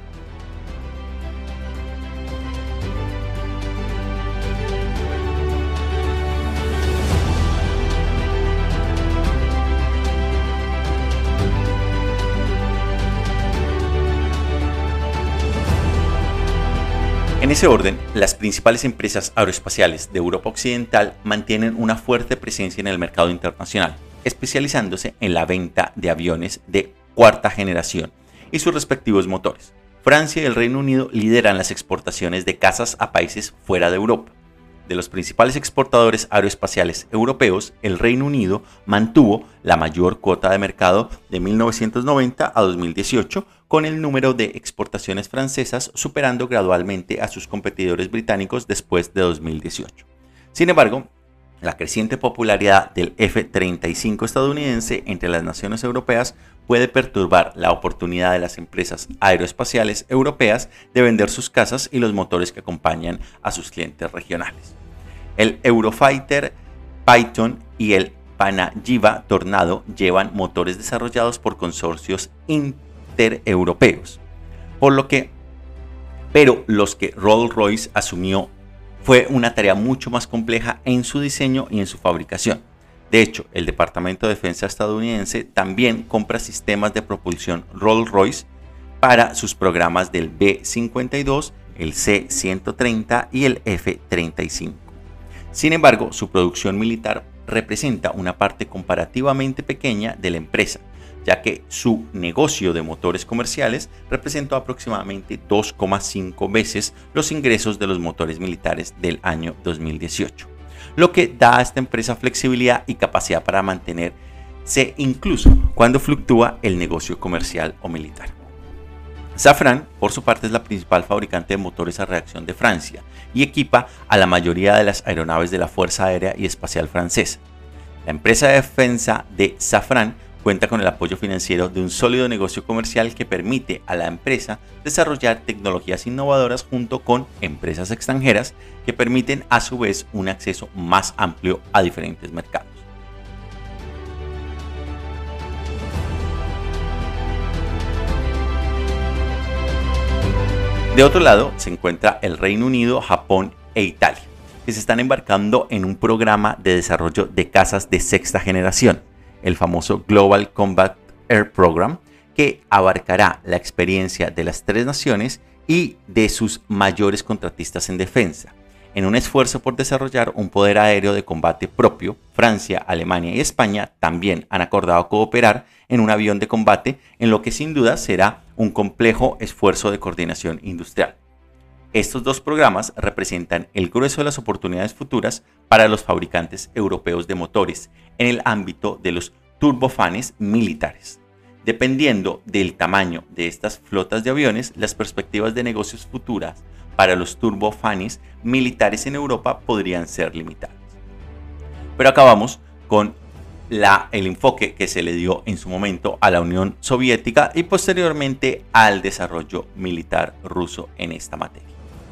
En ese orden, las principales empresas aeroespaciales de Europa Occidental mantienen una fuerte presencia en el mercado internacional, especializándose en la venta de aviones de cuarta generación y sus respectivos motores. Francia y el Reino Unido lideran las exportaciones de cazas a países fuera de Europa. De los principales exportadores aeroespaciales europeos, el Reino Unido mantuvo la mayor cuota de mercado de mil novecientos noventa a dos mil dieciocho, con el número de exportaciones francesas superando gradualmente a sus competidores británicos después de dos mil dieciocho. Sin embargo, la creciente popularidad del F treinta y cinco estadounidense entre las naciones europeas puede perturbar la oportunidad de las empresas aeroespaciales europeas de vender sus cazas y los motores que acompañan a sus clientes regionales. El Eurofighter Python y el Panaviva Tornado llevan motores desarrollados por consorcios intereuropeos, por lo que, pero los que Rolls-Royce asumió fue una tarea mucho más compleja en su diseño y en su fabricación. De hecho, el Departamento de Defensa estadounidense también compra sistemas de propulsión Rolls-Royce para sus programas del B cincuenta y dos, el C ciento treinta y el F treinta y cinco. Sin embargo, su producción militar representa una parte comparativamente pequeña de la empresa, ya que su negocio de motores comerciales representó aproximadamente dos coma cinco veces los ingresos de los motores militares del año dos mil dieciocho, lo que da a esta empresa flexibilidad y capacidad para mantenerse incluso cuando fluctúa el negocio comercial o militar. Safran, por su parte, es la principal fabricante de motores a reacción de Francia y equipa a la mayoría de las aeronaves de la Fuerza Aérea y Espacial Francesa. La empresa de defensa de Safran cuenta con el apoyo financiero de un sólido negocio comercial que permite a la empresa desarrollar tecnologías innovadoras junto con empresas extranjeras que permiten a su vez un acceso más amplio a diferentes mercados. De otro lado se encuentra el Reino Unido, Japón e Italia, que se están embarcando en un programa de desarrollo de cazas de sexta generación, el famoso Global Combat Air Program, que abarcará la experiencia de las tres naciones y de sus mayores contratistas en defensa. En un esfuerzo por desarrollar un poder aéreo de combate propio, Francia, Alemania y España también han acordado cooperar en un avión de combate, en lo que sin duda será un complejo esfuerzo de coordinación industrial. Estos dos programas representan el grueso de las oportunidades futuras para los fabricantes europeos de motores en el ámbito de los turbofanes militares. Dependiendo del tamaño de estas flotas de aviones, las perspectivas de negocios futuras para los turbofanes militares en Europa podrían ser limitadas. Pero acabamos con la, el enfoque que se le dio en su momento a la Unión Soviética y posteriormente al desarrollo militar ruso en esta materia.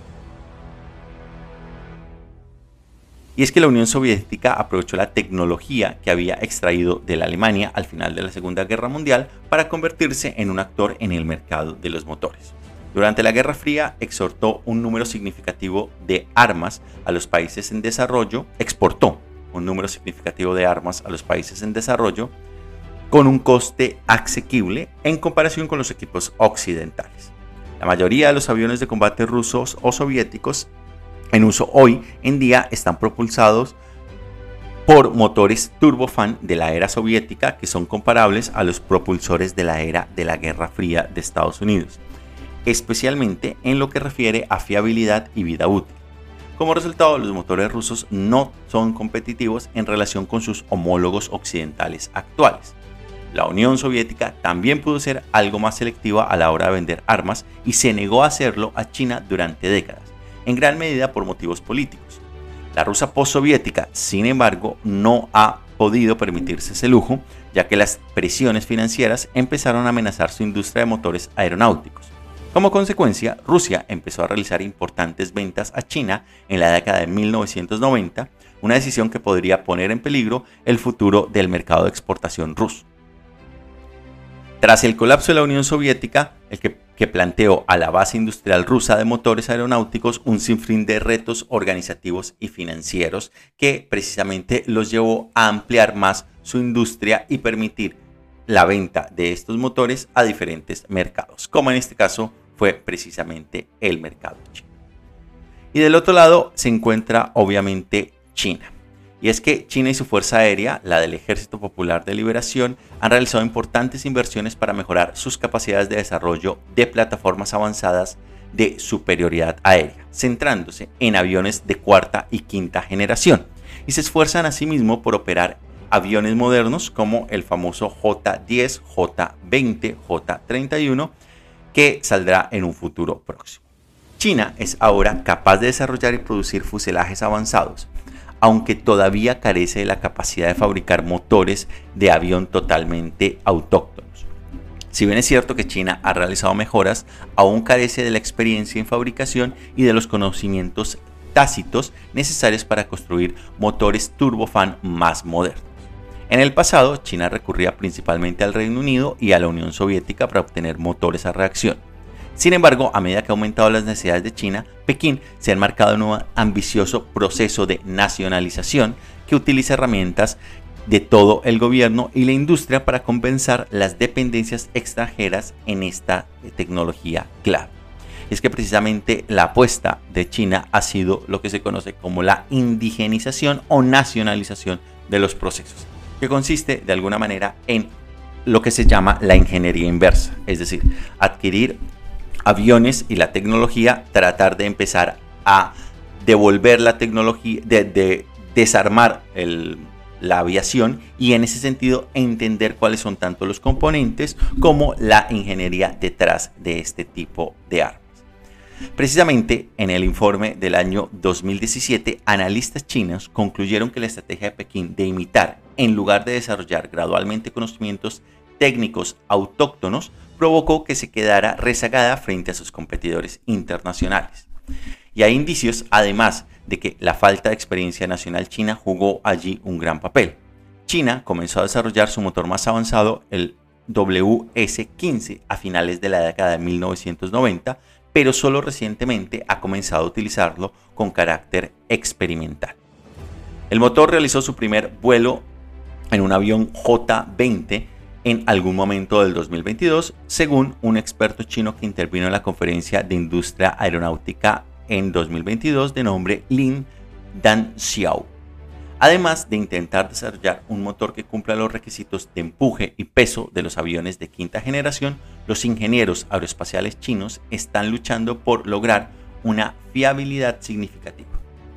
Y es que la Unión Soviética aprovechó la tecnología que había extraído de la Alemania al final de la Segunda Guerra Mundial para convertirse en un actor en el mercado de los motores. Durante la Guerra Fría exhortó un número significativo de armas a los países en desarrollo, exportó un número significativo de armas a los países en desarrollo con un coste asequible en comparación con los equipos occidentales. La mayoría de los aviones de combate rusos o soviéticos en uso hoy en día están propulsados por motores turbofan de la era soviética que son comparables a los propulsores de la era de la Guerra Fría de Estados Unidos, especialmente en lo que refiere a fiabilidad y vida útil. Como resultado, los motores rusos no son competitivos en relación con sus homólogos occidentales actuales. La Unión Soviética también pudo ser algo más selectiva a la hora de vender armas y se negó a hacerlo a China durante décadas, en gran medida por motivos políticos. La Rusia postsoviética, sin embargo, no ha podido permitirse ese lujo, ya que las presiones financieras empezaron a amenazar su industria de motores aeronáuticos. Como consecuencia, Rusia empezó a realizar importantes ventas a China en la década de mil novecientos noventa, una decisión que podría poner en peligro el futuro del mercado de exportación ruso. Tras el colapso de la Unión Soviética, el que, que planteó a la base industrial rusa de motores aeronáuticos un sinfín de retos organizativos y financieros que precisamente los llevó a ampliar más su industria y permitir la venta de estos motores a diferentes mercados, como en este caso fue precisamente el mercado chino. Y del otro lado se encuentra obviamente China. Y es que China y su fuerza aérea, la del Ejército Popular de Liberación, han realizado importantes inversiones para mejorar sus capacidades de desarrollo de plataformas avanzadas de superioridad aérea, centrándose en aviones de cuarta y quinta generación, y se esfuerzan asimismo por operar aviones modernos como el famoso J diez, J veinte, J treinta y uno, que saldrá en un futuro próximo. China es ahora capaz de desarrollar y producir fuselajes avanzados, aunque todavía carece de la capacidad de fabricar motores de avión totalmente autóctonos. Si bien es cierto que China ha realizado mejoras, aún carece de la experiencia en fabricación y de los conocimientos tácitos necesarios para construir motores turbofan más modernos. En el pasado, China recurría principalmente al Reino Unido y a la Unión Soviética para obtener motores a reacción. Sin embargo, a medida que ha aumentado las necesidades de China, Pekín se ha enmarcado en un ambicioso proceso de nacionalización que utiliza herramientas de todo el gobierno y la industria para compensar las dependencias extranjeras en esta tecnología clave. Es que precisamente la apuesta de China ha sido lo que se conoce como la indigenización o nacionalización de los procesos, que consiste de alguna manera en lo que se llama la ingeniería inversa, es decir, adquirir aviones y la tecnología, tratar de empezar a devolver la tecnología, de, de desarmar el, la aviación y en ese sentido entender cuáles son tanto los componentes como la ingeniería detrás de este tipo de armas. Precisamente en el informe del año dos mil diecisiete, analistas chinos concluyeron que la estrategia de Pekín de imitar en lugar de desarrollar gradualmente conocimientos técnicos autóctonos provocó que se quedara rezagada frente a sus competidores internacionales. Y hay indicios, además, de que la falta de experiencia nacional china jugó allí un gran papel. China comenzó a desarrollar su motor más avanzado, el W S quince, a finales de la década de mil novecientos noventa, pero solo recientemente ha comenzado a utilizarlo con carácter experimental. El motor realizó su primer vuelo en un avión J veinte en algún momento del dos mil veintidós, según un experto chino que intervino en la conferencia de industria aeronáutica en dos mil veintidós de nombre Lin Dan-xiao. Además de intentar desarrollar un motor que cumpla los requisitos de empuje y peso de los aviones de quinta generación, los ingenieros aeroespaciales chinos están luchando por lograr una fiabilidad significativa.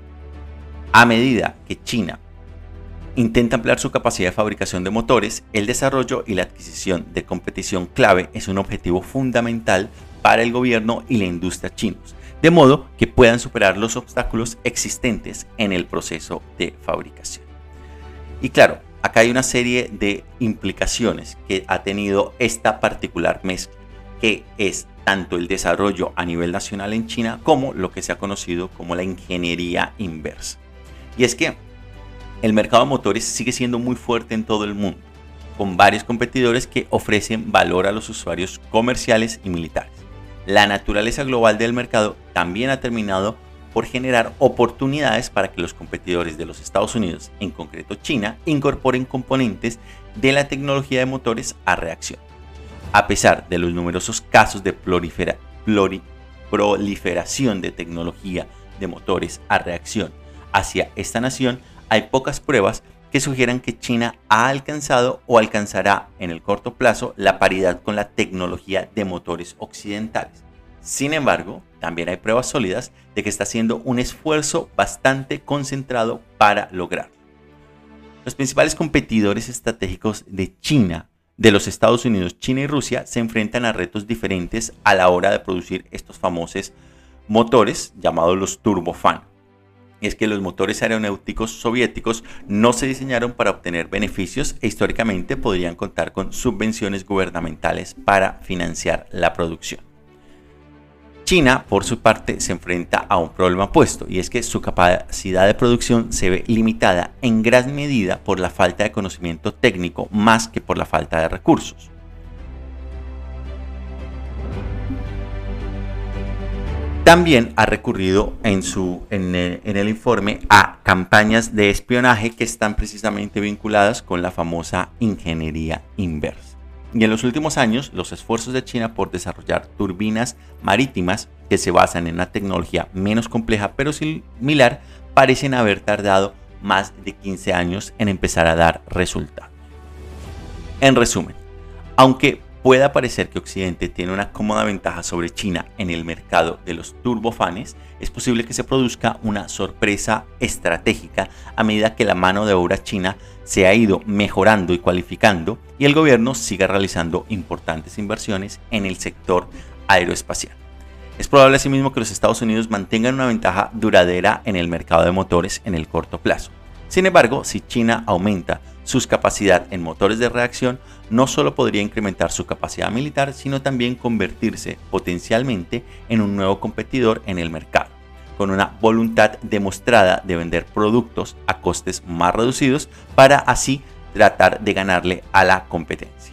A medida que China intenta ampliar su capacidad de fabricación de motores, el desarrollo y la adquisición de competición clave es un objetivo fundamental para el gobierno y la industria chinos, de modo que puedan superar los obstáculos existentes en el proceso de fabricación. Y claro, acá hay una serie de implicaciones que ha tenido esta particular mezcla, que es tanto el desarrollo a nivel nacional en China como lo que se ha conocido como la ingeniería inversa. Y es que el mercado de motores sigue siendo muy fuerte en todo el mundo, con varios competidores que ofrecen valor a los usuarios comerciales y militares. La naturaleza global del mercado también ha terminado por generar oportunidades para que los competidores de los Estados Unidos, en concreto China, incorporen componentes de la tecnología de motores a reacción. A pesar de los numerosos casos de prolifera, proli, proliferación de tecnología de motores a reacción hacia esta nación, hay pocas pruebas que sugieran que China ha alcanzado o alcanzará en el corto plazo la paridad con la tecnología de motores occidentales. Sin embargo, también hay pruebas sólidas de que está haciendo un esfuerzo bastante concentrado para lograrlo. Los principales competidores estratégicos de China, de los Estados Unidos, China y Rusia, se enfrentan a retos diferentes a la hora de producir estos famosos motores llamados los turbofan. Y es que los motores aeronáuticos soviéticos no se diseñaron para obtener beneficios e históricamente podrían contar con subvenciones gubernamentales para financiar la producción. China, por su parte, se enfrenta a un problema opuesto, y es que su capacidad de producción se ve limitada en gran medida por la falta de conocimiento técnico más que por la falta de recursos. También ha recurrido en, su, en, el, en el informe a campañas de espionaje que están precisamente vinculadas con la famosa ingeniería inversa. Y en los últimos años, los esfuerzos de China por desarrollar turbinas marítimas que se basan en una tecnología menos compleja pero similar parecen haber tardado más de quince años en empezar a dar resultados. En resumen, aunque pueda parecer que Occidente tiene una cómoda ventaja sobre China en el mercado de los turbofanes, es posible que se produzca una sorpresa estratégica a medida que la mano de obra china se ha ido mejorando y cualificando y el gobierno siga realizando importantes inversiones en el sector aeroespacial. Es probable asimismo que los Estados Unidos mantengan una ventaja duradera en el mercado de motores en el corto plazo. Sin embargo, si China aumenta su capacidad en motores de reacción, no solo podría incrementar su capacidad militar, sino también convertirse potencialmente en un nuevo competidor en el mercado, con una voluntad demostrada de vender productos a costes más reducidos para así tratar de ganarle a la competencia.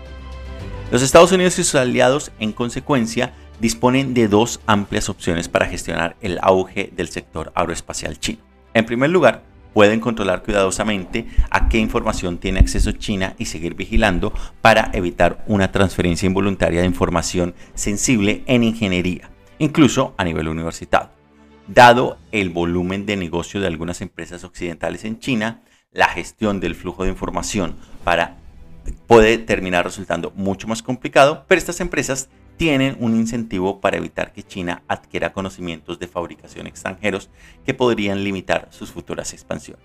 Los Estados Unidos y sus aliados, en consecuencia, disponen de dos amplias opciones para gestionar el auge del sector aeroespacial chino. En primer lugar, pueden controlar cuidadosamente a qué información tiene acceso China y seguir vigilando para evitar una transferencia involuntaria de información sensible en ingeniería, incluso a nivel universitario. Dado el volumen de negocio de algunas empresas occidentales en China, la gestión del flujo de información para, puede terminar resultando mucho más complicado, pero estas empresas tienen un incentivo para evitar que China adquiera conocimientos de fabricación extranjeros que podrían limitar sus futuras expansiones.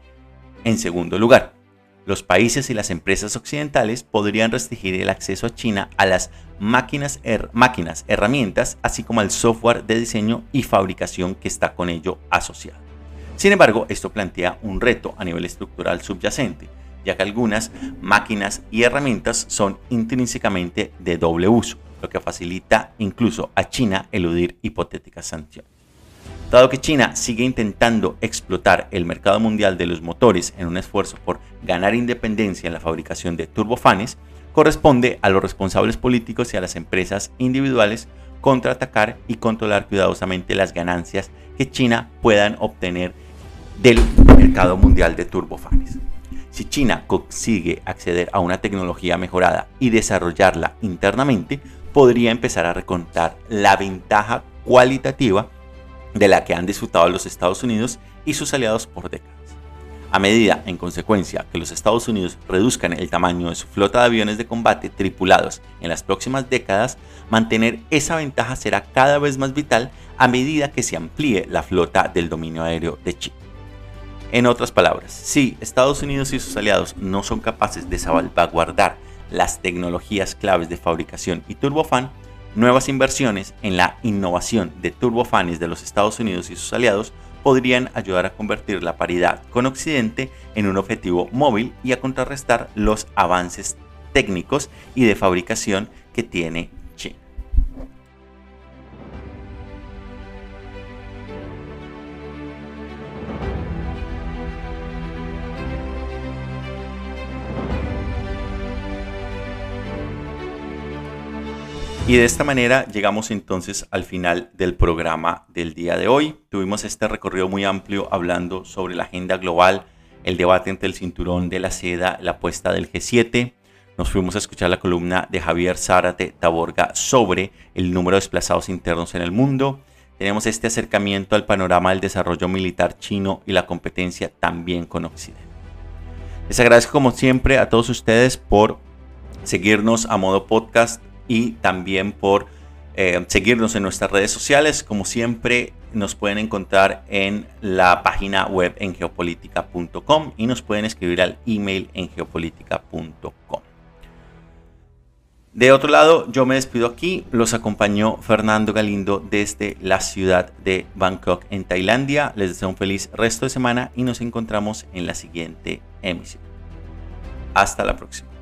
En segundo lugar, los países y las empresas occidentales podrían restringir el acceso a China a las máquinas, her máquinas, herramientas, así como al software de diseño y fabricación que está con ello asociado. Sin embargo, esto plantea un reto a nivel estructural subyacente, ya que algunas máquinas y herramientas son intrínsecamente de doble uso, lo que facilita incluso a China eludir hipotéticas sanciones. Dado que China sigue intentando explotar el mercado mundial de los motores en un esfuerzo por ganar independencia en la fabricación de turbofanes, corresponde a los responsables políticos y a las empresas individuales contraatacar y controlar cuidadosamente las ganancias que China puedan obtener del mercado mundial de turbofanes. Si China consigue acceder a una tecnología mejorada y desarrollarla internamente, podría empezar a recontar la ventaja cualitativa de la que han disfrutado los Estados Unidos y sus aliados por décadas. A medida, en consecuencia, que los Estados Unidos reduzcan el tamaño de su flota de aviones de combate tripulados en las próximas décadas, mantener esa ventaja será cada vez más vital a medida que se amplíe la flota del dominio aéreo de China. En otras palabras, si Estados Unidos y sus aliados no son capaces de salvaguardar las tecnologías claves de fabricación y turbofan, nuevas inversiones en la innovación de turbofanes de los Estados Unidos y sus aliados podrían ayudar a convertir la paridad con Occidente en un objetivo móvil y a contrarrestar los avances técnicos y de fabricación que tiene China. Y de esta manera llegamos entonces al final del programa del día de hoy. Tuvimos este recorrido muy amplio hablando sobre la agenda global, el debate entre el cinturón de la seda, la apuesta del G siete. Nos fuimos a escuchar la columna de Javier Zárate Taborga sobre el número de desplazados internos en el mundo. Tenemos este acercamiento al panorama del desarrollo militar chino y la competencia también con Occidente. Les agradezco como siempre a todos ustedes por seguirnos a modo podcast y también por eh, seguirnos en nuestras redes sociales. Como siempre, nos pueden encontrar en la página web en geopolítica punto com y nos pueden escribir al email en geopolítica punto com. De otro lado, yo me despido aquí. Los acompañó Fernando Galindo desde la ciudad de Bangkok, en Tailandia. Les deseo un feliz resto de semana y nos encontramos en la siguiente emisión. Hasta la próxima.